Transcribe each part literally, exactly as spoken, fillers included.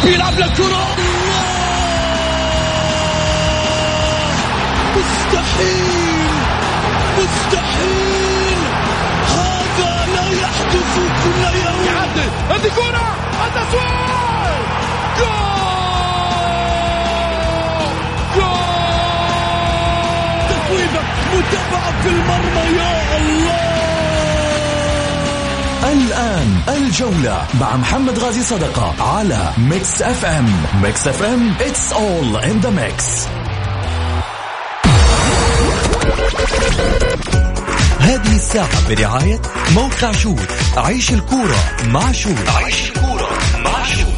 يلعب للكرة، مستحيل مستحيل، هذا لا يحدث كل يوم. يعدل هذه كرة، التسويق، جول جول، تسويبة متابعة في المرمى، يا الله. الآن الجولة مع محمد غازي صدقة على ميكس اف ام. ميكس اف ام it's all in the mix. هذه الساعة برعاية موقع شوت. عيش الكورة مع شوت. عيش الكورة مع شوت.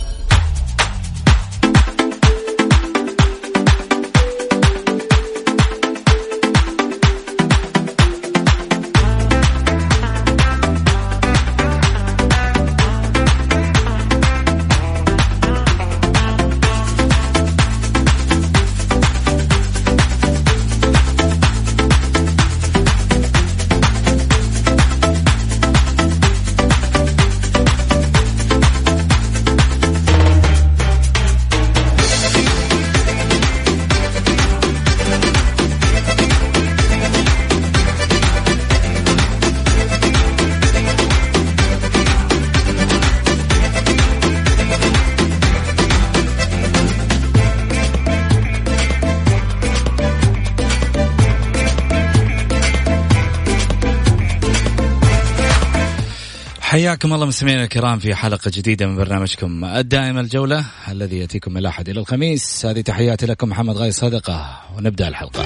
حياكم الله مستمعينا الكرام في حلقة جديدة من برنامجكم الدائم الجولة الذي يأتيكم من الأحد إلى الخميس. هذه تحياتي لكم محمد غازي صدقة، ونبدأ الحلقة.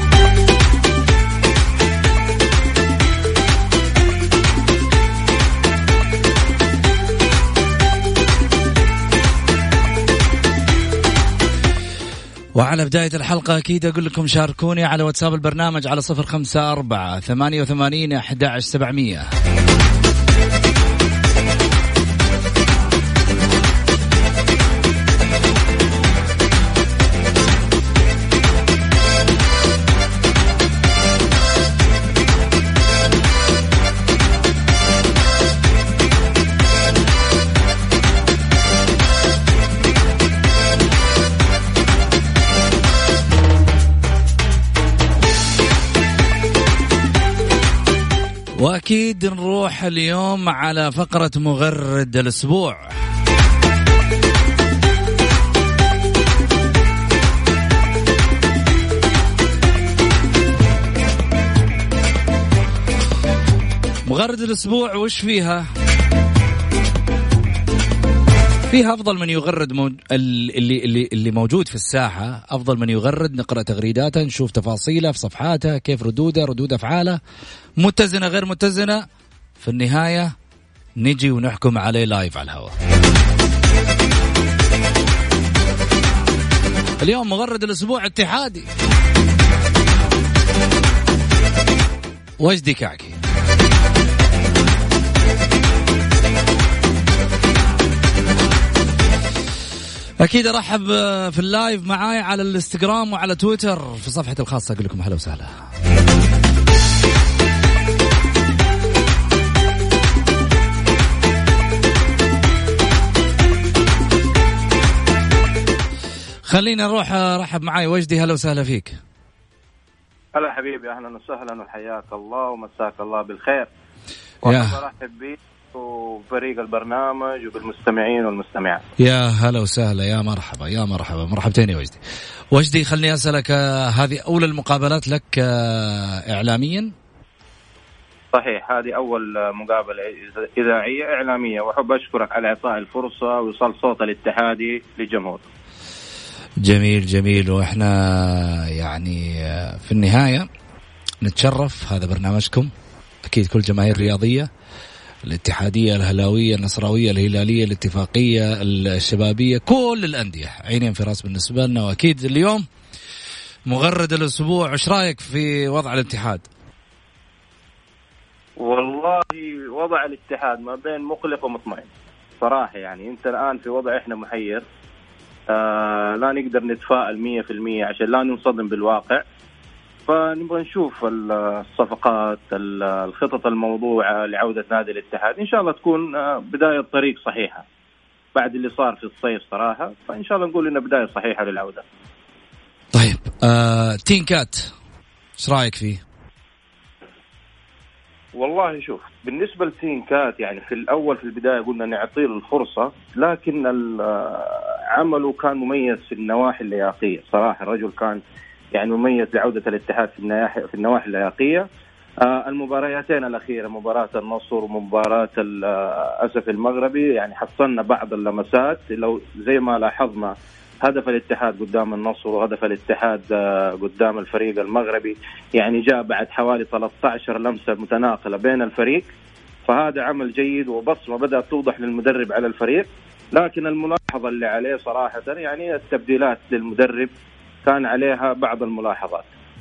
وعلى بداية الحلقة أكيد أقول لكم شاركوني على واتساب البرنامج على صفر خمسة أربعة ثمانية وثمانين أحد عشر سبعمية. وأكيد نروح اليوم على فقرة مغرد الأسبوع. مغرد الأسبوع وش فيها؟ فيها أفضل من يغرد مو... اللي اللي اللي موجود في الساحة، أفضل من يغرد. نقرأ تغريداته، نشوف تفاصيله في صفحاته، كيف ردوده، ردود أفعاله متزنة غير متزنة. في النهاية نجي ونحكم عليه لايف على الهواء. اليوم مغرد الأسبوع اتحادي وجدي كعكي. أكيد أرحب في اللايف معاي على الانستغرام وعلى تويتر في صفحتي الخاصة. أقول لكم هلا وسهلا. خلينا نروح. رحب معاي وجدي، هلا وسهلا فيك. هلا حبيبي، أهلا وسهلا وحياك الله ومساك الله بالخير. يا ورحب بيك وفريق البرنامج وبالمستمعين والمستمعات. يا هلا وسهلا، يا مرحبا يا مرحبا، مرحبتين يا وجدي. وجدي خلني أسألك، هذه أولى المقابلات لك إعلاميا؟ صحيح، هذه أول مقابلة إذاعية إعلامية، وأحب أشكرك على إعطاء الفرصة ووصل صوت الاتحادي للجمهور. جميل جميل. وإحنا يعني في النهاية نتشرف، هذا برنامجكم أكيد. كل جماهير الرياضية، الاتحادية، الهلاوية، النصراوية، الهلالية، الاتفاقية، الشبابية، كل الأندية عينين في راس بالنسبة لنا. وأكيد اليوم مغرد الأسبوع، إيش رأيك في وضع الاتحاد؟ والله وضع الاتحاد ما بين مقلق ومطمئن صراحة. يعني أنت الآن في وضع إحنا محير، آه لا نقدر نتفائل مية في المية عشان لا ننصدم بالواقع. فنبغى نشوف الصفقات، الخطط الموضوعة لعودة نادي الاتحاد، إن شاء الله تكون بداية طريق صحيحة. بعد اللي صار في الصيف صراحة. فإن شاء الله نقول إن بداية صحيحة للعودة. طيب آه، تينكات ايش رايك فيه؟ والله شوف، بالنسبة لتينكات يعني في الأول في البداية قلنا نعطيه الفرصة، لكن عمله كان مميز في النواحي اللياقية صراحة. الرجل كان يعني مميز لعودة الاتحاد في النواحي في النواحي اللياقية. آه المبارياتين الأخيرة، مباراة النصر ومباراة الأسف المغربي، يعني حصلنا بعض اللمسات. لو زي ما لاحظنا هدف الاتحاد قدام النصر وهدف الاتحاد قدام الفريق المغربي يعني جاء بعد حوالي ثلاثة عشر لمسة متناقلة بين الفريق، فهذا عمل جيد وبصمة بدأت توضح للمدرب على الفريق. لكن الملاحظة اللي عليه صراحة يعني التبديلات للمدرب كان عليها بعض الملاحظات.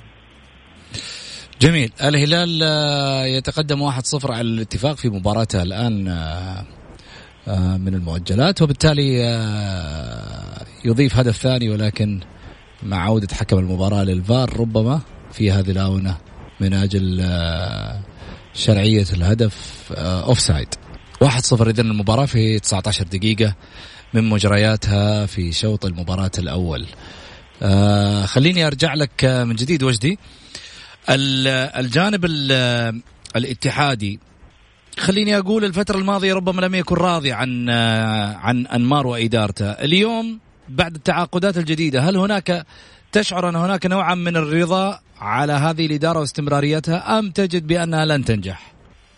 جميل. الهلال يتقدم واحد صفر على الاتفاق في مباراته الآن من المؤجلات، وبالتالي يضيف هدف ثاني، ولكن مع عودة حكم المباراة للفار ربما في هذه الآونة من أجل شرعية الهدف أوفسايد. واحد صفر إذن المباراة في تسعة عشر دقيقة من مجرياتها في شوط المباراة الأول. خليني أرجع لك من جديد وجدي. الجانب الاتحادي خليني أقول الفترة الماضية ربما لم يكن راضي عن عن أنمار وإدارته. اليوم بعد التعاقدات الجديدة هل هناك تشعر أن هناك نوعا من الرضا على هذه الإدارة واستمراريتها، أم تجد بأنها لن تنجح؟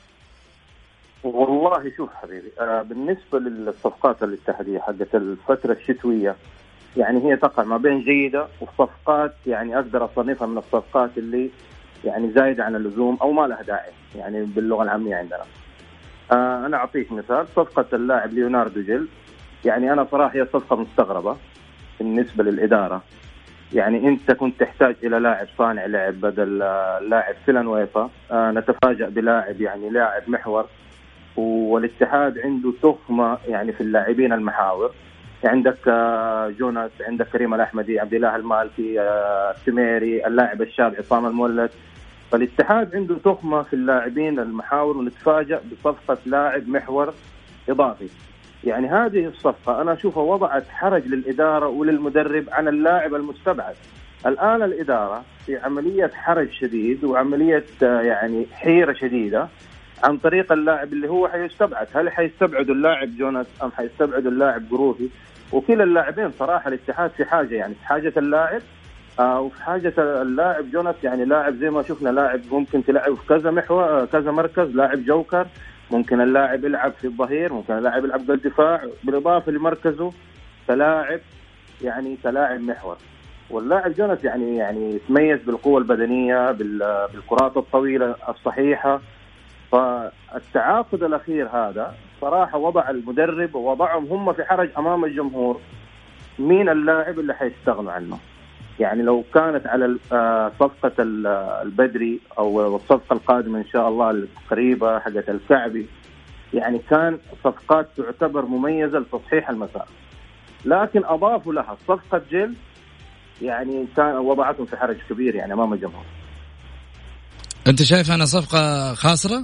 والله شوف حبيبي، آه بالنسبة للصفقات الاتحادية حقت الفترة الشتوية يعني هي تقع ما بين جيدة وصفقات يعني أقدر أصنفها من الصفقات اللي يعني زايدة عن اللزوم أو ما لها داعي يعني باللغة العامية عندنا. آه أنا أعطيك مثال، صفقة اللاعب ليوناردو جيل، يعني أنا صراحة هي صفقة مستغربة بالنسبة للإدارة. يعني أنت كنت تحتاج إلى لاعب صانع لعب بدل لاعب فيلانويفا، آه نتفاجأ بلاعب يعني لاعب محور، والاتحاد عنده تخمة يعني في اللاعبين المحاور. عندك جوناس، عندك كريم الأحمدي، عبد الله المالكي، السميري، اللاعب الشاب عصام المولد. فالاتحاد عنده تخمة في اللاعبين المحاور، ونتفاجأ بصفقة لاعب محور إضافي. يعني هذه الصفقة أنا أشوفها وضعت حرج للإدارة وللمدرب عن اللاعب المستبعد. الآن الإدارة في عملية حرج شديد وعملية يعني حيرة شديدة عن طريق اللاعب اللي هو حيستبعد. هل حيستبعدوا اللاعب جوناس أم حيستبعدوا اللاعب قروفي؟ وكلا اللاعبين صراحة الاتحاد في حاجة، يعني في حاجة اللاعب آه وفي حاجة اللاعب جوناس. يعني لاعب زي ما شفنا لاعب ممكن تلعب في كذا محور كذا مركز، لاعب جوكر، ممكن اللاعب يلعب في الظهير، ممكن اللاعب يلعب في الدفاع، بالإضافة لمركزه كلاعب يعني كلاعب محور. واللاعب جوناس يعني يعني يتميز بالقوة البدنية، بالكرات الطويلة الصحيحة. فالتعاقد الأخير هذا صراحة وضع المدرب ووضعهم هم في حرج أمام الجمهور. مين اللاعب اللي حيستغنوا عنه؟ يعني لو كانت على صفقة البدري أو الصفقة القادمة إن شاء الله القريبة حقت الكعبي، يعني كان صفقات تعتبر مميزة لتصحيح المسار، لكن أضافوا لها صفقة جيل يعني كان وضعتهم في حرج كبير يعني أمام الجمهور. أنت شايف أنا صفقة خاسرة؟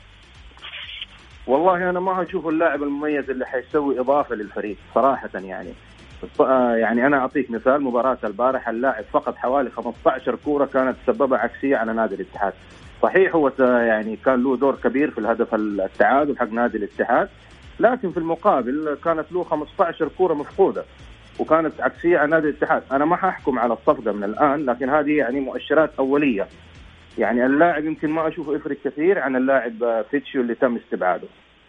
والله أنا ما أشوف اللاعب المميز اللي حيسوي إضافة للفريق صراحة. يعني يعني أنا أعطيك مثال، مباراة البارح اللاعب فقط حوالي خمسة عشر كورة كانت سببها عكسية على نادي الاتحاد. صحيح هو يعني كان له دور كبير في الهدف التعادل حق نادي الاتحاد، لكن في المقابل كانت له خمسة عشر كورة مفقودة وكانت عكسية على نادي الاتحاد. أنا ما ححكم على الصفقة من الآن، لكن هذه يعني مؤشرات أولية. يعني اللاعب يمكن ما أشوفه يفرق كثير عن اللاعب فيتشيو اللي تم استبعاده.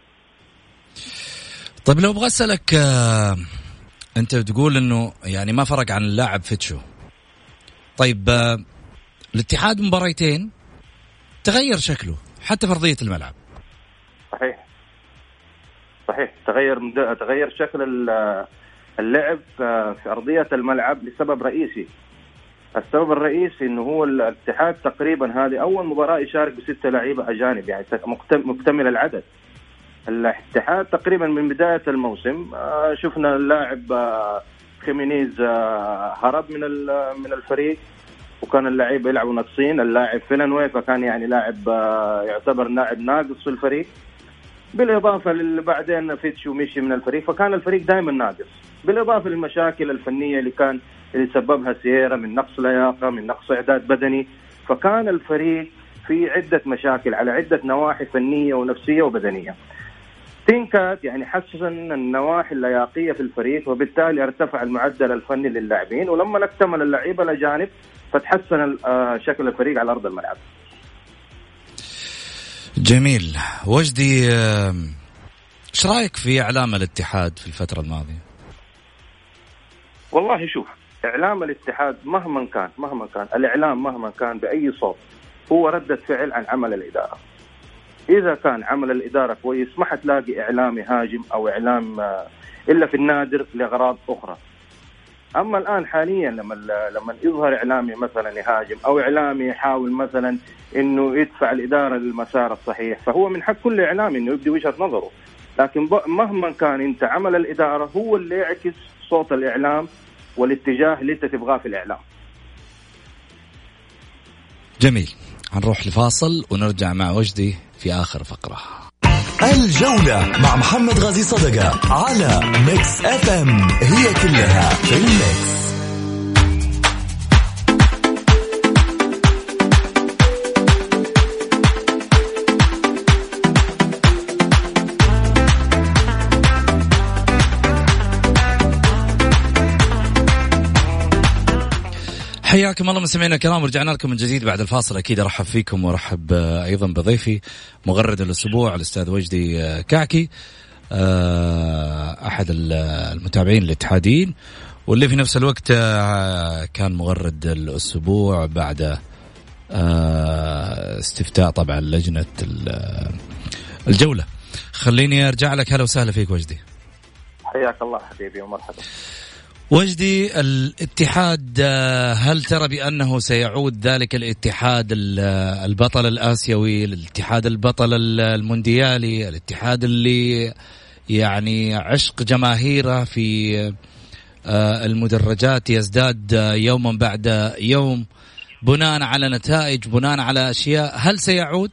طيب لو أبغى أسألك، آه، أنت بتقول إنه يعني ما فرق عن اللاعب فيتشيو. طيب آه، الاتحاد مباريتين تغير شكله حتى فرضية الملعب. صحيح صحيح تغير تغير شكل اللعب في أرضية الملعب لسبب رئيسي. السبب الرئيسي إنه هو الاتحاد تقريبا هذه أول مباراة يشارك بستة لاعيبة أجانب، يعني مكتمل العدد. الاتحاد تقريبا من بداية الموسم شفنا اللاعب خيمينيز هرب من من الفريق وكان اللاعب يلعبوا ناقصين. اللاعب فيلانويفا كان يعني لاعب يعتبر لاعب ناقص في الفريق. بالإضافة اللي بعدين فيتشو مشي من الفريق، فكان الفريق دائما ناقص، بالإضافة للمشاكل الفنية اللي كان اللي سببها سييرا من نقص لياقة، من نقص إعداد بدني. فكان الفريق في عدة مشاكل على عدة نواحي فنية ونفسية وبدنية. تنكات يعني حسن النواحي اللياقية في الفريق، وبالتالي ارتفع المعدل الفني للاعبين، ولما نكتمل اللعيبة الأجانب فتحسن شكل الفريق على أرض الملعب. جميل. وجدي، ايش رايك في اعلام الاتحاد في الفتره الماضيه؟ والله شوف، اعلام الاتحاد مهما كان مهما كان الاعلام مهما كان باي صوت هو ردة فعل عن عمل الاداره. اذا كان عمل الاداره كويس ما حتلاقي اعلام يهاجم او اعلام الا في النادر لاغراض اخرى. اما الان حاليا لما لما يظهر اعلامي مثلا يهاجم او اعلامي يحاول مثلا انه يدفع الاداره للمسار الصحيح، فهو من حق كل اعلامي انه يبدي وجهه نظره، لكن مهما كان انت عمل الاداره هو اللي يعكس صوت الاعلام والاتجاه اللي انت تبغاه في الاعلام. جميل. هنروح لفاصل ونرجع مع وجدي في اخر فقره. الجولة مع محمد غازي صدقة على ميكس اف ام، هي كلها في الميكس. حياكم الله مستمعينا الكرام، ورجعنا لكم من جديد بعد الفاصل. أكيد أرحب فيكم وأرحب أيضا بضيفي مغرد الأسبوع الأستاذ وجدي كعكي، أحد المتابعين الاتحاديين واللي في نفس الوقت كان مغرد الأسبوع بعد استفتاء طبعا لجنة الجولة. خليني أرجع لك. هلا وسهلا فيك وجدي. حياك الله حبيبي ومرحبا. وجدي، الاتحاد هل ترى بأنه سيعود ذلك الاتحاد البطل الآسيوي، الاتحاد البطل المونديالي، الاتحاد اللي يعني عشق جماهيره في المدرجات يزداد يوما بعد يوم بناء على نتائج، بناء على أشياء، هل سيعود؟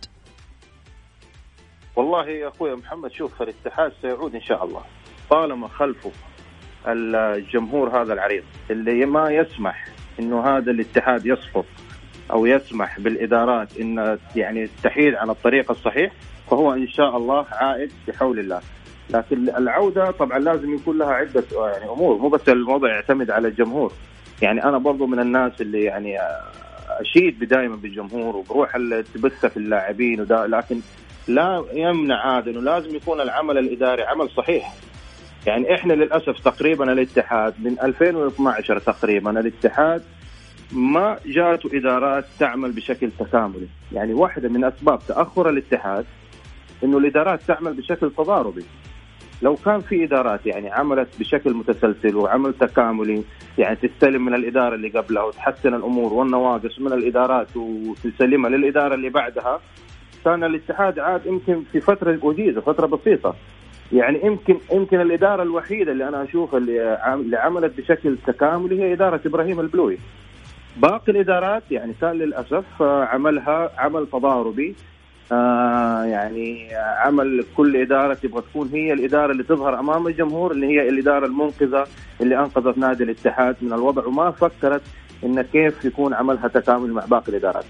والله يا أخوي محمد، شوف، الاتحاد سيعود إن شاء الله طالما خلفه الجمهور هذا العريض اللي ما يسمح انه هذا الاتحاد يسقط او يسمح بالادارات ان يعني تحيد عن الطريق الصحيح، فهو ان شاء الله عائد بحول الله. لكن العودة طبعا لازم يكون لها عدة يعني امور، مو بس الوضع يعتمد على الجمهور. يعني انا برضو من الناس اللي يعني اشيد دائما بالجمهور وبروح تبث في اللاعبين، لكن لا يمنع هذا انه لازم يكون العمل الاداري عمل صحيح. يعني احنا للاسف تقريبا الاتحاد من ألفين واثني عشر تقريبا الاتحاد ما جاءته ادارات تعمل بشكل تكاملي. يعني واحده من اسباب تاخر الاتحاد انه الادارات تعمل بشكل تضاربي. لو كان في ادارات يعني عملت بشكل متسلسل وعمل تكاملي، يعني تستلم من الاداره اللي قبلها وتحسن الامور والنواقص من الادارات وتسلمها للاداره اللي بعدها، كان الاتحاد عاد يمكن في فتره وجيزه، فتره بسيطه. يعني يمكن يمكن الإدارة الوحيدة اللي أنا أشوف اللي عملت بشكل تكاملي هي إدارة إبراهيم البلوي. باقي الإدارات يعني كان للأسف عملها عمل تضاربي. آه يعني عمل كل إدارة تبغى تكون هي الإدارة اللي تظهر أمام الجمهور، اللي هي الإدارة المنقذة اللي أنقذت نادي الاتحاد من الوضع، وما فكرت إن كيف يكون عملها تكامل مع باقي الإدارات.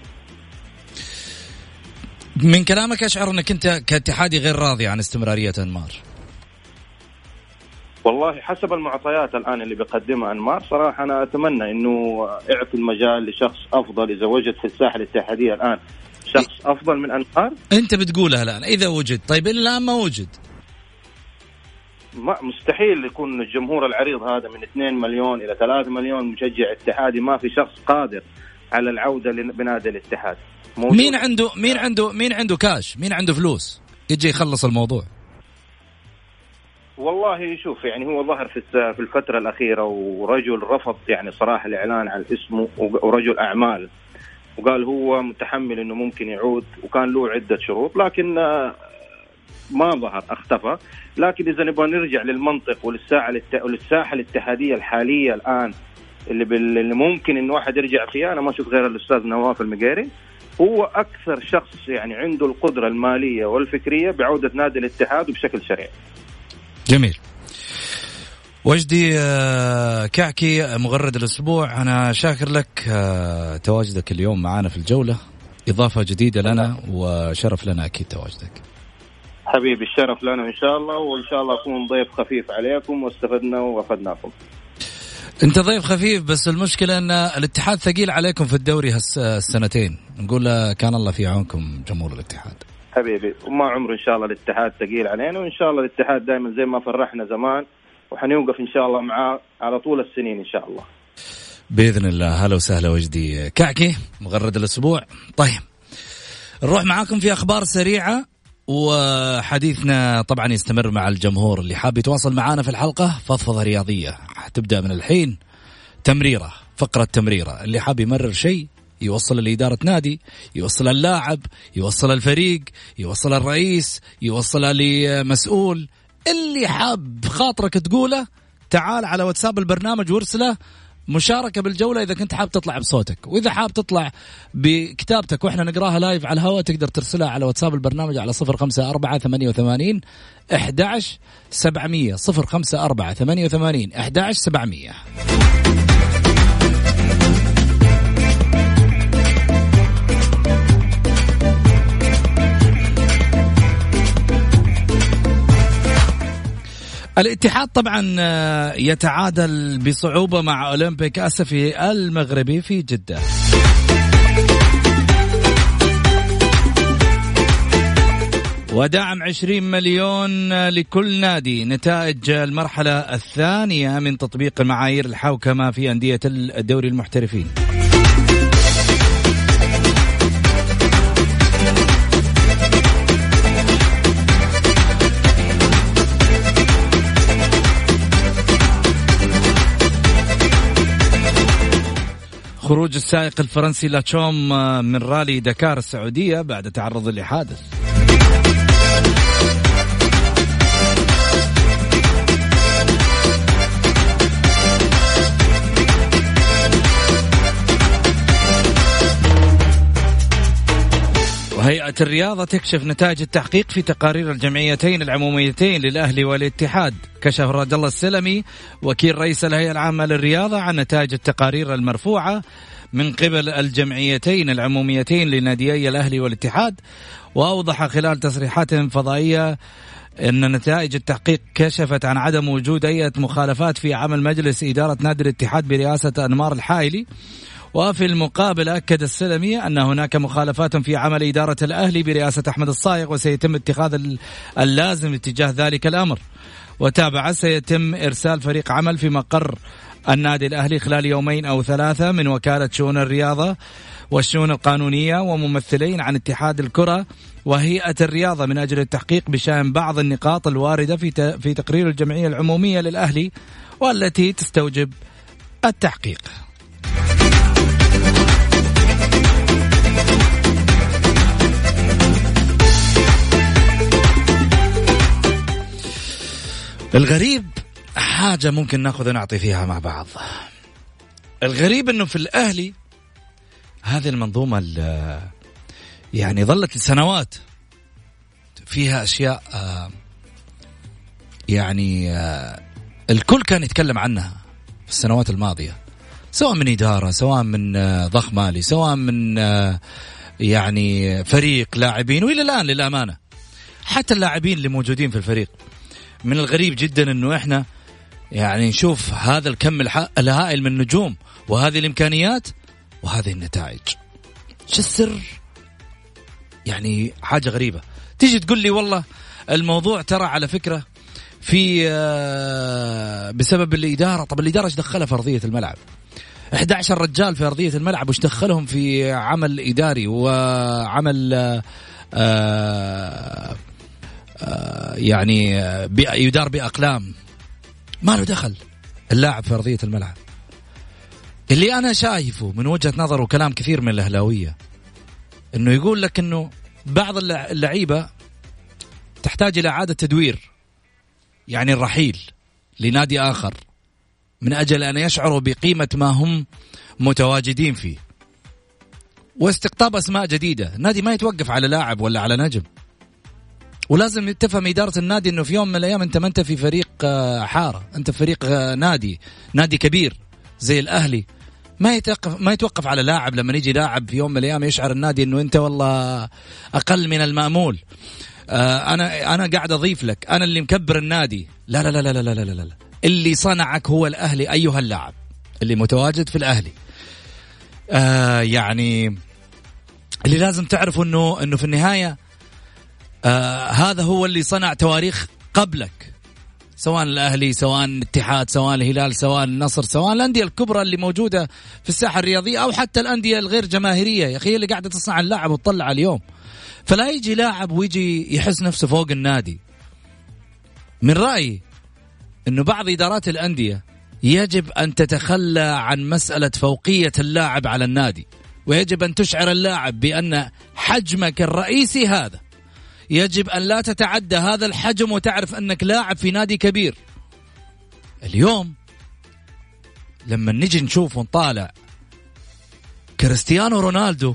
من كلامك أشعر أنك أنت كاتحادي غير راضي عن استمرارية أنمار. والله حسب المعطيات الآن اللي بيقدمها أنمار، صراحة أنا أتمنى إنه يعطي المجال لشخص أفضل. إذا وجد في الساحة الاتحادية الآن شخص أفضل من أنمار، أنت بتقولها الآن إذا وجد. طيب الآن ما وجد، ما مستحيل يكون الجمهور العريض هذا من اثنين مليون إلى ثلاثة مليون مشجع اتحادي ما في شخص قادر على العودة لبنادي الاتحاد. مين عنده مين عنده مين عنده كاش، مين عنده فلوس يجي يخلص الموضوع؟ والله شوف، يعني هو ظهر في في الفترة الأخيرة ورجل رفض يعني صراحة الإعلان عن اسمه، ورجل أعمال، وقال هو متحمل إنه ممكن يعود، وكان له عدة شروط، لكن ما ظهر، اختفى. لكن إذا نبغى نرجع للمنطق وللساحة وللساحة الاتحادية الحالية الآن اللي اللي ممكن إنه واحد يرجع فيها، أنا ما أشوف غير الأستاذ نواف المقيري. هو أكثر شخص يعني عنده القدرة المالية والفكرية بعودة نادي الاتحاد وبشكل سريع. جميل. وجدي كعكي مغرد الأسبوع، أنا شاكر لك تواجدك اليوم معنا في الجولة، إضافة جديدة لنا وشرف لنا أكيد تواجدك. حبيبي الشرف لنا إن شاء الله، وإن شاء الله أكون ضيف خفيف عليكم واستفدنا وأفدناكم. أنت ضيف خفيف، بس المشكلة أن الاتحاد ثقيل عليكم في الدوري هالسنتين، نقول كان الله في عونكم جمهور الاتحاد. حبيبي وما عمره إن شاء الله الاتحاد ثقيل علينا، وإن شاء الله الاتحاد دائما زي ما فرحنا زمان وحنوقف إن شاء الله معاه على طول السنين إن شاء الله بإذن الله. هلا وسهلا وجدي كعكي مغرد الأسبوع. طيب نروح معاكم في أخبار سريعة، وحديثنا طبعا يستمر مع الجمهور اللي حاب يتواصل معنا في الحلقة. فضفضة رياضية هتبدأ من الحين، تمريرة، فقرة تمريرة، اللي حاب يمرر شيء يوصل لإدارة نادي، يوصل اللاعب، يوصل الفريق، يوصل الرئيس، يوصل لمسؤول، اللي حاب خاطرك تقوله تعال على واتساب البرنامج وارسله مشاركة بالجولة إذا كنت حاب تطلع بصوتك، وإذا حاب تطلع بكتابتك وإحنا نقراها لايف على الهواء تقدر ترسلها على واتساب البرنامج على صفر خمسة أربعة ثمانية وثمانين أحد عشر سبعمية، صفر خمسة أربعة ثمانية وثمانين أحد عشر سبعمية. الاتحاد طبعا يتعادل بصعوبة مع أولمبيك آسيا المغربي في جدة. ودعم عشرين مليون لكل نادي، نتائج المرحلة الثانية من تطبيق المعايير الحوكمة في أندية الدوري المحترفين. خروج السائق الفرنسي لاتشوم من رالي دكار السعودية بعد تعرض لحادث. وهيئة الرياضة تكشف نتائج التحقيق في تقارير الجمعيتين العموميتين للأهلي والاتحاد. كشف راد الله السلمي وكيل رئيس الهيئة العامة للرياضة عن نتائج التقارير المرفوعة من قبل الجمعيتين العموميتين لناديي الأهلي والاتحاد، وأوضح خلال تصريحات فضائية أن نتائج التحقيق كشفت عن عدم وجود أي مخالفات في عمل مجلس إدارة نادي الاتحاد برئاسة أنمار الحائلي. وفي المقابل أكد السلمي أن هناك مخالفات في عمل إدارة الأهلي برئاسة أحمد الصايغ، وسيتم اتخاذ اللازم اتجاه ذلك الأمر. وتابع سيتم إرسال فريق عمل في مقر النادي الأهلي خلال يومين أو ثلاثة من وكالة شؤون الرياضة والشؤون القانونية وممثلين عن اتحاد الكرة وهيئة الرياضة من أجل التحقيق بشأن بعض النقاط الواردة في في تقرير الجمعية العمومية للأهلي والتي تستوجب التحقيق. الغريب حاجة ممكن ناخذ ونعطي فيها مع بعض. الغريب انه في الاهلي هذه المنظومة يعني ظلت لسنوات فيها اشياء يعني الكل كان يتكلم عنها في السنوات الماضية، سواء من إدارة، سواء من ضخ مالي، سواء من يعني فريق لاعبين، وإلى الآن للأمانة حتى اللاعبين اللي موجودين في الفريق. من الغريب جدا انه احنا يعني نشوف هذا الكم الهائل من النجوم وهذه الامكانيات وهذه النتائج. شو السر؟ يعني حاجة غريبة. تيجي تقول لي والله الموضوع ترى على فكرة في بسبب الإدارة. طب الإدارة ايش دخلها في أرضية الملعب؟ أحد عشر رجال في أرضية الملعب وش دخلهم في عمل إداري وعمل آه يعني يدار بأقلام؟ ما له دخل اللاعب في أرضية الملعب. اللي أنا شايفه من وجهة نظر وكلام كثير من الأهلاوية إنه يقول لك إنه بعض اللعيبة تحتاج إلى إعادة تدوير، يعني الرحيل لنادي آخر من أجل أن يشعروا بقيمة ما هم متواجدين فيه. واستقطاب أسماء جديدة. النادي ما يتوقف على لاعب ولا على نجم، ولازم تفهم إدارة النادي أنه في يوم من الأيام أنت ما أنت في فريق حارة، أنت في فريق نادي نادي كبير زي الأهلي. ما يتوقف ما يتوقف على لاعب. لما يجي لاعب في يوم من الأيام يشعر النادي أنه أنت والله أقل من المأمول، أنا أنا قاعد أضيف لك، أنا اللي مكبر النادي. لا لا لا لا لا لا لا لا. اللي صنعك هو الأهلي أيها اللاعب اللي متواجد في الأهلي. آه يعني اللي لازم تعرفوا أنه أنه في النهاية آه هذا هو اللي صنع تواريخ قبلك، سواء الأهلي سواء الاتحاد سواء الهلال سواء النصر سواء الأندية الكبرى اللي موجودة في الساحة الرياضية، أو حتى الأندية الغير جماهيرية. يا أخي اللي قاعدة تصنع اللاعب وتطلع اليوم. فلا يجي لاعب ويجي يحس نفسه فوق النادي. من رأيي أنه بعض إدارات الأندية يجب أن تتخلى عن مسألة فوقية اللاعب على النادي، ويجب أن تشعر اللاعب بأن حجمك الرئيسي هذا، يجب أن لا تتعدى هذا الحجم، وتعرف أنك لاعب في نادي كبير. اليوم لما نجي نشوف ونطالع كريستيانو رونالدو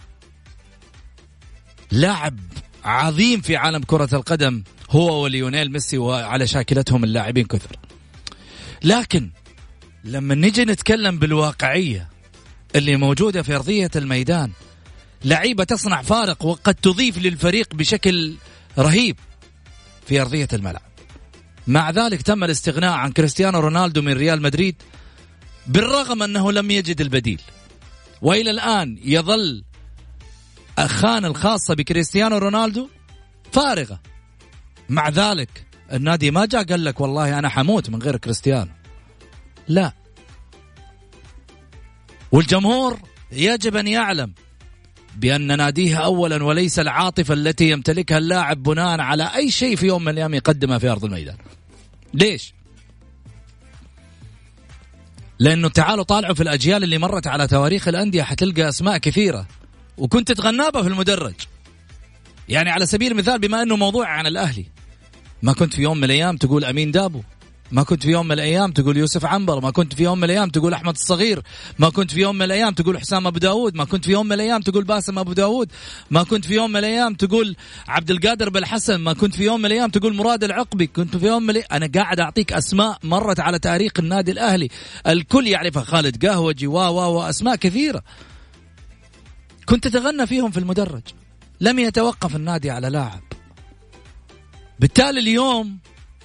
لاعب عظيم في عالم كرة القدم، هو وليونيل ميسي، وعلى شاكلتهم اللاعبين كثر. لكن لما نجي نتكلم بالواقعية اللي موجودة في أرضية الميدان، لعيبة تصنع فارق وقد تضيف للفريق بشكل رهيب في أرضية الملعب. مع ذلك تم الاستغناء عن كريستيانو رونالدو من ريال مدريد بالرغم أنه لم يجد البديل، وإلى الآن يظل الخانة الخاصة بكريستيانو رونالدو فارغة. مع ذلك النادي ما جاء قال لك والله أنا حموت من غير كريستيانو، لا. والجمهور يجب أن يعلم بأن ناديها أولا وليس العاطفة التي يمتلكها اللاعب بناء على أي شيء في يوم من الأيام يقدمها في أرض الميدان. ليش؟ لأنه تعالوا طالعوا في الأجيال اللي مرت على تواريخ الأندية حتلقى أسماء كثيرة وكنت تتغنابها في المدرج. يعني على سبيل المثال، بما أنه موضوع عن الأهلي، ما كنت في يوم من الأيام تقول أمين دابو، ما كنت في يوم من الأيام تقول يوسف عنبر، ما كنت في يوم من الأيام تقول أحمد الصغير، ما كنت في يوم من الأيام تقول حسام أبو داود، ما كنت في يوم من الأيام تقول باسم أبو داود، ما كنت في يوم من الأيام تقول عبد القادر بالحسن، ما كنت في يوم من الأيام تقول مراد العقبي، كنت في يوم من الأيام. أنا قاعد أعطيك أسماء مرت على تاريخ النادي الأهلي الكل يعرفها، خالد قهوجي وا وا وأسماء كثيرة كنت تتغنى فيهم في المدرج. لم يتوقف النادي على لاعب. بالتالي اليوم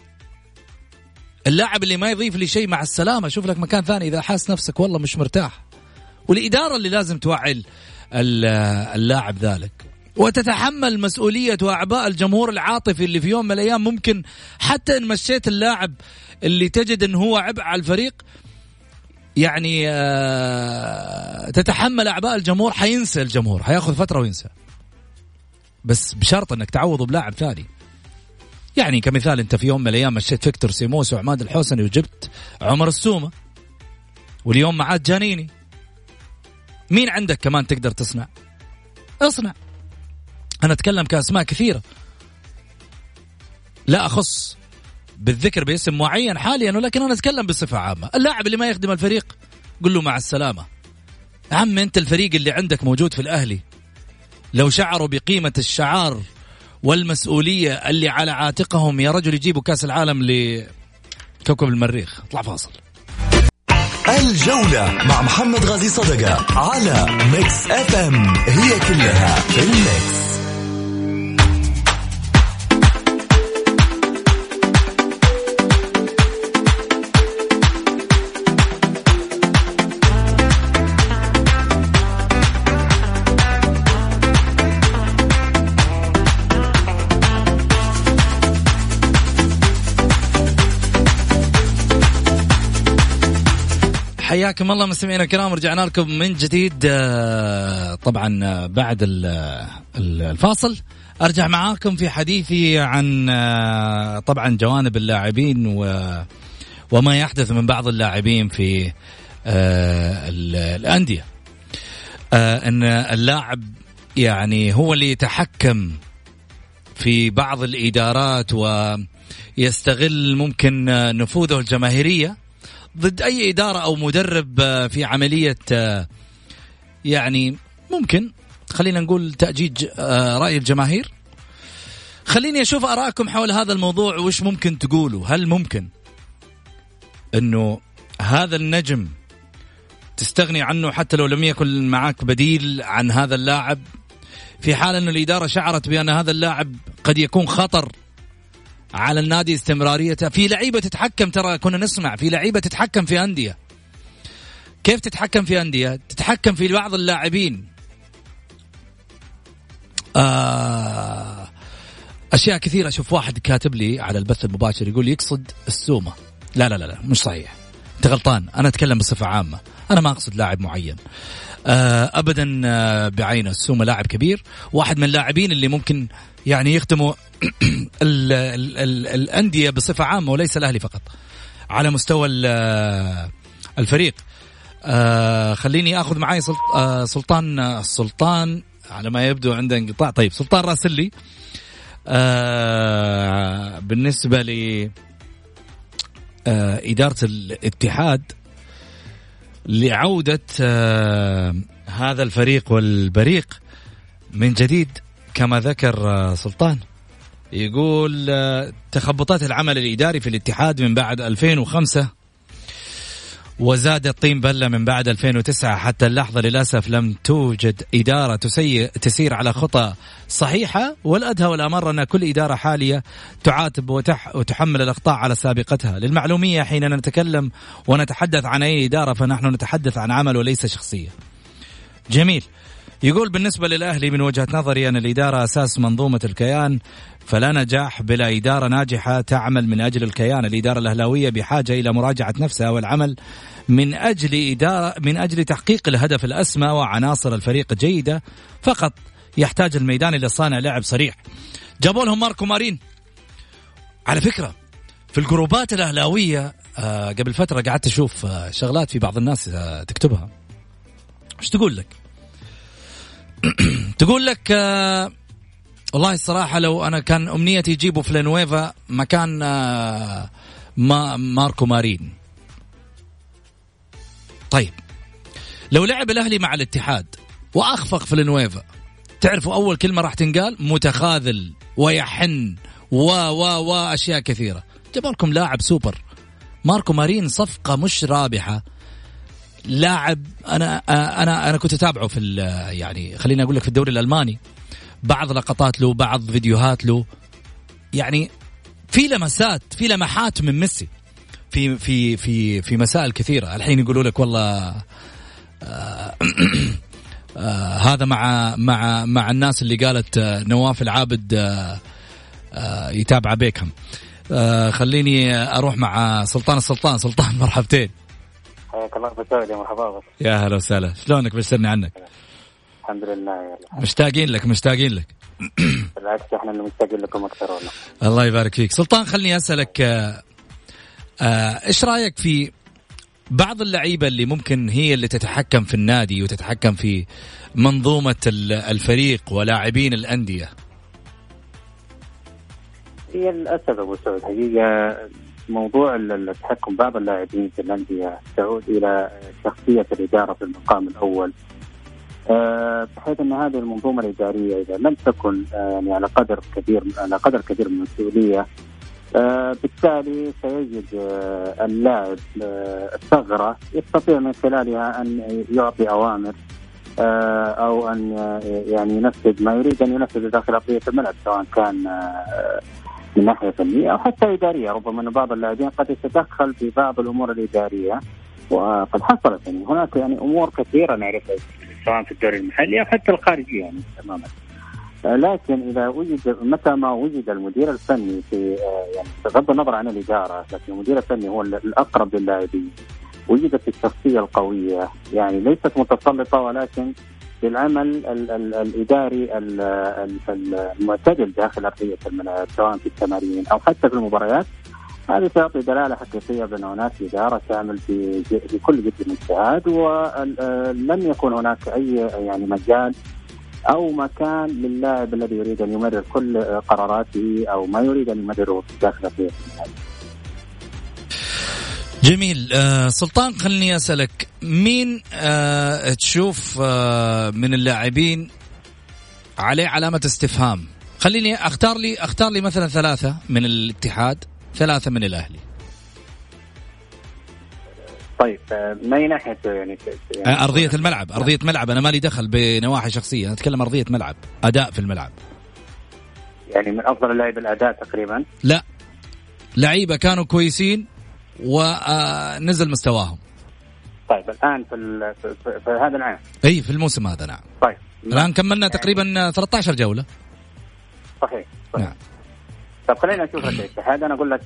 اللاعب اللي ما يضيف لي شيء مع السلامة، شوف لك مكان ثاني إذا حاس نفسك والله مش مرتاح. والإدارة اللي لازم توعي اللاعب ذلك وتتحمل مسؤولية وأعباء الجمهور العاطفي اللي في يوم من الأيام ممكن حتى إن مشيت اللاعب اللي تجد إن هو عبء على الفريق، يعني تتحمل أعباء الجمهور، حينسى الجمهور، حياخذ فترة وينسى، بس بشرط أنك تعوضه بلاعب ثاني. يعني كمثال أنت في يوم من الأيام مشيت فيكتور سيموس وعماد الحسني وجبت عمر السومة، واليوم معاد جانيني. مين عندك كمان تقدر تصنع؟ اصنع. أنا أتكلم كأسماء كثيرة، لا أخص بالذكر باسم معين حاليا، ولكن أنا أتكلم بصفة عامة. اللاعب اللي ما يخدم الفريق قل له مع السلامة. عم أنت الفريق اللي عندك موجود في الأهلي لو شعروا بقيمة الشعار والمسؤولية اللي على عاتقهم، يا رجل يجيبوا كاس العالم لكوكب المريخ. اطلع فاصل. الجولة مع محمد غازي صدقة على ميكس اف ام، هي كلها في الميكس. حياكم الله مستمعينا الكرام، رجعنا لكم من جديد. طبعا بعد الفاصل أرجع معاكم في حديثي عن طبعا جوانب اللاعبين وما يحدث من بعض اللاعبين في الأندية. أن اللاعب يعني هو اللي يتحكم في بعض الإدارات ويستغل ممكن نفوذه الجماهيرية ضد أي إدارة أو مدرب في عملية يعني ممكن خلينا نقول تأجيج رأي الجماهير. خليني أشوف آراءكم حول هذا الموضوع وش ممكن تقولوا. هل ممكن أنه هذا النجم تستغني عنه حتى لو لم يكن معك بديل عن هذا اللاعب في حال أنه الإدارة شعرت بأن هذا اللاعب قد يكون خطر على النادي استمراريته؟ في لعيبة تتحكم، ترى كنا نسمع في لعيبة تتحكم في أندية. كيف تتحكم في أندية؟ تتحكم في بعض اللاعبين آه أشياء كثيرة. أشوف واحد كاتب لي على البث المباشر يقول يقصد السومة. لا لا لا, لا مش صحيح، أنت غلطان. أنا أتكلم بصفة عامة، أنا ما أقصد لاعب معين آه أبدا آه بعينه. السومة لاعب كبير، واحد من اللاعبين اللي ممكن يعني يخدموا ال ال ال الأندية بصفة عامة وليس الأهلي فقط على مستوى الفريق. آه خليني أخذ معي سلط آه سلطان آه سلطان على ما يبدو عنده انقطاع. طيب سلطان راسلي آه بالنسبة ل آه إدارة الاتحاد لعودة آه هذا الفريق والبريق من جديد كما ذكر آه سلطان. يقول آه تخبطات العمل الإداري في الاتحاد من بعد ألفين وخمسة وزاد الطين بلة من بعد ألفين وتسعة حتى اللحظة للأسف لم توجد إدارة تسير على خطى صحيحة، والأدهى والأمر أن كل إدارة حالية تعاتب وتح وتحمل الأخطاء على سابقتها. للمعلومية حين نتكلم ونتحدث عن أي إدارة فنحن نتحدث عن عمل وليس شخصية. جميل. يقول بالنسبة للأهلي من وجهة نظري أن الإدارة أساس منظومة الكيان، فلا نجاح بلا إدارة ناجحة تعمل من أجل الكيان. الإدارة الأهلاوية بحاجة إلى مراجعة نفسها والعمل من أجل إدارة من أجل تحقيق الهدف الأسمى، وعناصر الفريق جيدة فقط يحتاج الميدان إلى صانع لعب صريح. جابوا لهم ماركو مارين. على فكرة في الجروبات الأهلاوية آه قبل فترة قعدت أشوف آه شغلات في بعض الناس آه تكتبها. إيش تقول لك؟ تقول لك آه والله الصراحة لو أنا كان أمنيتي يجيبوا فلانويفا مكان آه ما ماركو مارين. طيب لو لعب الأهلي مع الاتحاد وأخفق فلانويفا، تعرفوا أول كلمة راح تنقال؟ متخاذل ويحن و و وأشياء كثيرة. جابوا لكم لاعب سوبر. ماركو مارين صفقة مش رابحة. لاعب أنا أنا أنا كنت أتابعه في يعني خليني أقول لك في الدوري الألماني، بعض لقطات له بعض فيديوهات له، يعني في لمسات في لمحات من ميسي في في في في مسائل كثيرة. الحين يقولوا لك والله آه آه هذا مع مع مع الناس اللي قالت آه نواف العابد آه آه يتابع بيكهم. آه خليني أروح مع سلطان السلطان. سلطان مرحبتين. حياك الله بسعود. يا مرحبا. يا هلا وسهلا. شلونك؟ بشرني عنك. الحمد لله يا مشتاقين لك مشتاقين لك. بالعكس احنا اللي مشتاقين لكم اكثر والله. الله يبارك فيك. سلطان خلني أسألك آه آه ايش رايك في بعض اللعيبه اللي ممكن هي اللي تتحكم في النادي وتتحكم في منظومه الفريق ولاعبين الانديه؟ هي للاسف ابو سعود حقيقه موضوع التحكم بعض اللاعبين في الانديه تعود الى شخصيه الاداره في المقام الاول، بحيث ان هذه المنظومه الاداريه اذا لم تكن يعني على قدر كبير على قدر كبير من المسؤوليه، آه بالتالي سيجد آه اللاعب آه الثغرة يستطيع من خلالها أن يعطي أوامر آه أو أن يعني ينفذ ما يريد أن ينفذ داخل أرضية الملعب، سواء كان آه من ناحية فنية أو حتى إدارية. ربما أن بعض اللاعبين قد يتدخل في بعض الأمور الإدارية، وقد حصلت يعني هناك يعني أمور كثيرة نعرفها سواء في الدوري المحلي أو حتى الخارجي يعني تماما. لكن إذا وجد متى ما وجد المدير الفني في يعني بغض النظر عن الإدارة، لكن المدير الفني هو الأقرب للاعبين، وجدت الشخصية القوية يعني ليست متسلطة ولكن للعمل ال ال الإداري ال ال المعتدل داخل أرضية الملعب سواء في التمارين أو حتى في المباريات، هذه تعطي دلالة حقيقية بأن هناك إدارة تعمل في في كل جد من اجتهاد، ولم يكن هناك أي يعني مجال أو مكان للاعب الذي يريد أن يمرر كل قراراته أو ما يريد أن يمرره داخل أرضية الملعب. جميل. آه سلطان، خلني أسألك مين آه تشوف آه من اللاعبين عليه علامة استفهام؟ خليني أختار لي أختار لي مثلا ثلاثة من الاتحاد، ثلاثة من الأهلي. طيب ما هي ناحية يعني, يعني أرضية الملعب، أرضية ملعب، أنا مالي دخل بنواحي شخصية، أنا أتكلم أرضية ملعب، أداء في الملعب. يعني من أفضل اللاعب الأداء تقريبا؟ لا، لعيبة كانوا كويسين ونزل مستواهم. طيب الآن في, في, في, في هذا العام، أي في الموسم هذا، نعم. طيب الآن كملنا يعني تقريبا ثلاثة عشر جولة. صحيح, صحيح. نعم. طب خلينا نشوف الاتحاد. أنا أقول لك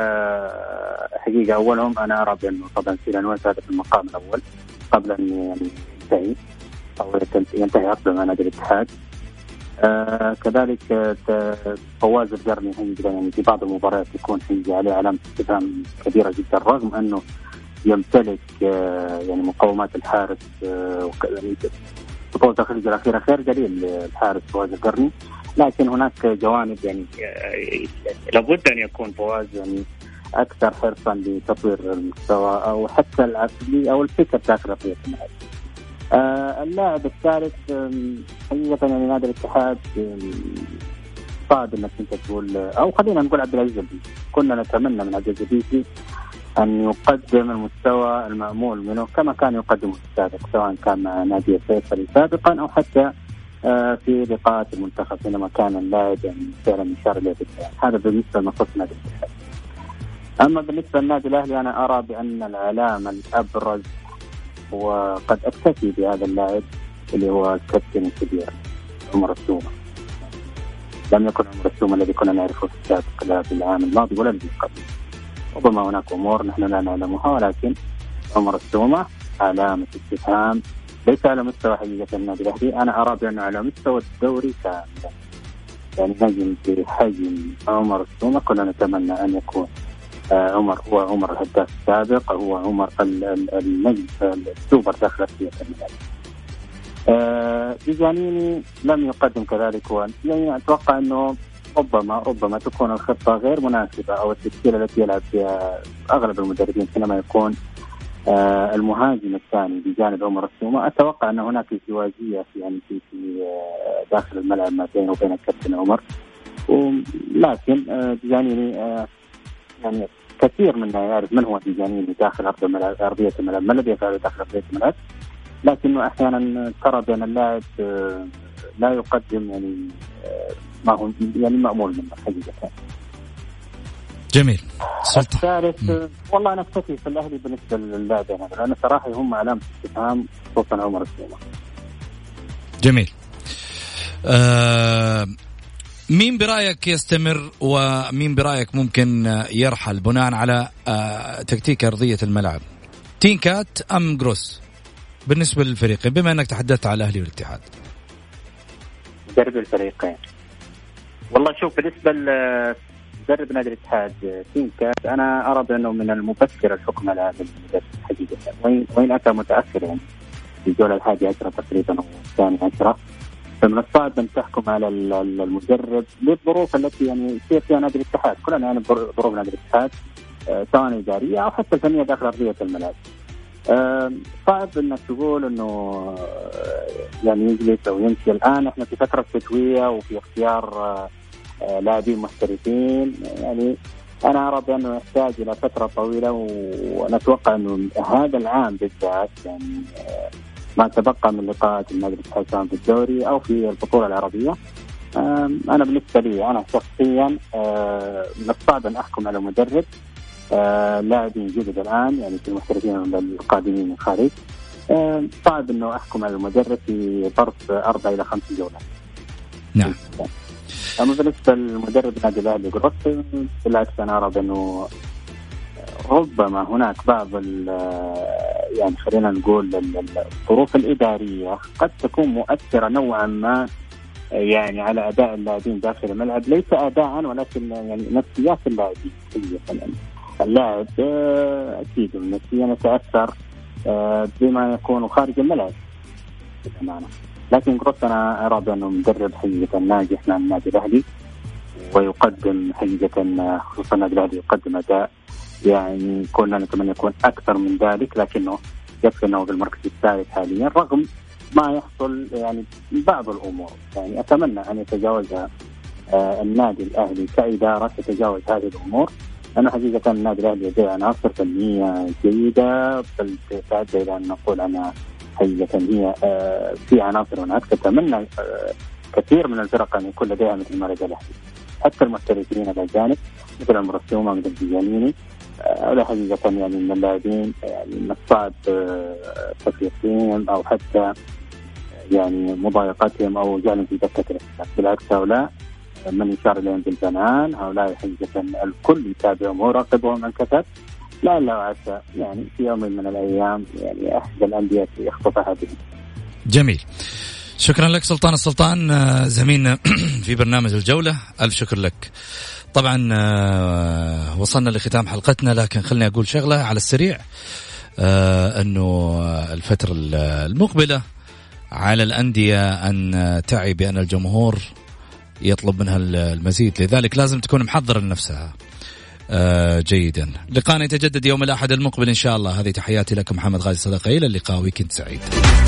حقيقة أولهم أنا أرى بأنه طبعا سيلانويس هذا في المقام الأول قبل أن يعني ينتهي أو ينتهي عقده مع نادي الاتحاد. آه كذلك فواز القرني يعني في بعض المباريات يكون في عليه علامة استفهام كبيرة جدا، رغم أنه يمتلك آه يعني مقومات الحارس. آه يعني بطولة الخليج الأخيرة خير قليل الحارس فواز القرني، لكن هناك جوانب يعني لابد أن يكون فواز يعني أكثر حرصا لتطوير المستوى أو حتى العقلي أو الفكر داخل أرضية الملعب. آه اللاعب الثالث حقيقة يعني نادي الاتحاد صعب انك انت تقول، او خلينا نقول عبد العزيز البيسي. كنا نتمنى من عبد العزيز البيسي ان يقدم المستوى المأمول منه كما كان يقدمه في السابق، سواء كان مع نادي الفيصلي سابقا او حتى آه في لقاءات المنتخب حينما كان اللاعب يعني فعلا يشار اليه بالكلام. هذا بالنسبه لمخصص نادي الاتحاد. اما بالنسبه للنادي الاهلي انا ارى بان العلامه الابرز وقد أكتفي بهذا اللاعب اللي هو الكابتن الكبير عمر السومة. لم يكن عمر السومة الذي كنا نعرفه في السابق لا في العام الماضي ولا الذي قبل، ربما هناك أمور نحن لا نعلمها، ولكن عمر السومة علامة استفهام ليس على مستوى حقيقة النادي الأهلي. أنا أرى بأنه على مستوى الدوري كاملا، يعني نجم بحجم عمر السومة كنا نتمنى أن يكون عمر هو عمر الهداف السابق، هو عمر النجم السوبر داخل أرضية الملعب. بجانيني لم يقدم كذلك، يعني أتوقع أنه ربما ربما تكون الخطة غير مناسبة أو التشكيلة التي يلعب فيها أغلب المدربين حينما يكون المهاجم الثاني بجانب عمر السومة. أتوقع أن هناك ازدواجية يعني في في داخل الملعب ما بينه وبين الكابتن عمر، ولكن بجانيني يعني كثير منا يعرف من هو ديجانيني داخل أرض الملعب، أرضية الملعب، ما الذي يفعله داخل أرضية الملعب، لكنه أحيانا ترى بأن اللاعب لا يقدم يعني ما هو يعني مأمول منه حقيقة. جميل. الثالث والله أنا أكتفي في الأهلي بالنسبة للاعب هذا، لأن صراحة هم علامة استفهام خصوصا عمر السومة. جميل. أه مين برأيك يستمر ومين برأيك ممكن يرحل بناء على تكتيك أرضية الملعب، تينكات أم جروس بالنسبة للفريقين، بما أنك تحدثت على الأهلي والاتحاد؟ مدرب الفريقين والله شوف، بالنسبة لمدرب نادي الاتحاد تينكات أنا أرى بأنه من المبكر الحكم على هذا المدرب حقيقة، وين وين أتى متأخر يعني في الجولة الحادية عشرة تقريبا أو الثانية عشرة، فمن الصعب أن تحكم على المدرب للظروف التي يعني يصير فيها نادي الاتحاد. كلنا يعني ظروف نادي الاتحاد سواء إدارية أو حتى فنية داخل أرضية الملعب. صعب أنك تقول أنه يعني يجلس أو يمشي. الآن إحنا في فترة تسوية وفي اختيار لاعبين محترفين، يعني أنا أرى بأنه يحتاج إلى فترة طويلة، ونتوقع أنه هذا العام بالذات يعني ما تبقى من لقاءات النادي الاتحاد سواء في الدوري أو في البطولة العربية. أنا بالنسبة لي أنا شخصيا من الصعب أن أحكم على مدرب لاعبين جدد الآن يعني في المحترفين القادمين من الخارج. صعب أنه أحكم على المدرب في ظرف أربع إلى خمس جولات. نعم. أما بالنسبة للمدرب نادي الأهلي جروس بالعكس أنا أرى أنه ربما هناك بعض يعني خلينا نقول الظروف الإدارية قد تكون مؤثرة نوعا ما يعني على أداء اللاعبين داخل الملعب، ليس أداء ولكن يعني نفسيات اللاعبين. اللاعب أكيد النفسية يتأثر بما يكون خارج الملعب بمعنى. لكن جروس أنا أرى بأنه مدرب حقيقة ناجح مع النادي الأهلي ويقدم حقيقة خصوصا النادي الأهلي يقدم أداء يعني كنا نتمنى يكون أكثر من ذلك، لكنه يكفي أنه بالمركز الثالث حاليا رغم ما يحصل يعني بعض الأمور. يعني أتمنى أن يتجاوزها آه النادي الأهلي كإدارة، تتجاوز هذه الأمور، لأنه حقيقة النادي الأهلي لديه عناصر فنية جيدة، بل تتعدى إلى أن نقول أنها حقيقة هي آه في عناصر هناك. تتمنى آه كثير من الفرق أن يكون لديها مثل ما لدى الأهلي، حتى المحترفين الأجانب مثل المرسومة مثل الجيانيني، هذا حقيقة يعني من اللاعبين يعني من الصعب تفريطهم أو حتى يعني مضايقتهم أو جعلهم في دكة الإحتياط. بالعكس هؤلاء من يشار إليهم بالبنان، هؤلاء حقيقة الكل يتابعهم ويراقبهم عن كثب، لعل وعسى يعني في يوم من الأيام يعني أحد الأندية يخطفها بهم. جميل، شكرا لك سلطان السلطان زميلنا في برنامج الجولة، ألف شكر لك. طبعا وصلنا لختام حلقتنا، لكن خلني أقول شغلة على السريع، أنه الفترة المقبلة على الأندية أن تعي بأن الجمهور يطلب منها المزيد، لذلك لازم تكون محضرة لنفسها جيدا. لقاءنا يتجدد يوم الأحد المقبل إن شاء الله. هذه تحياتي لكم محمد غازي صدقة، إلى اللقاء، ويكند سعيد.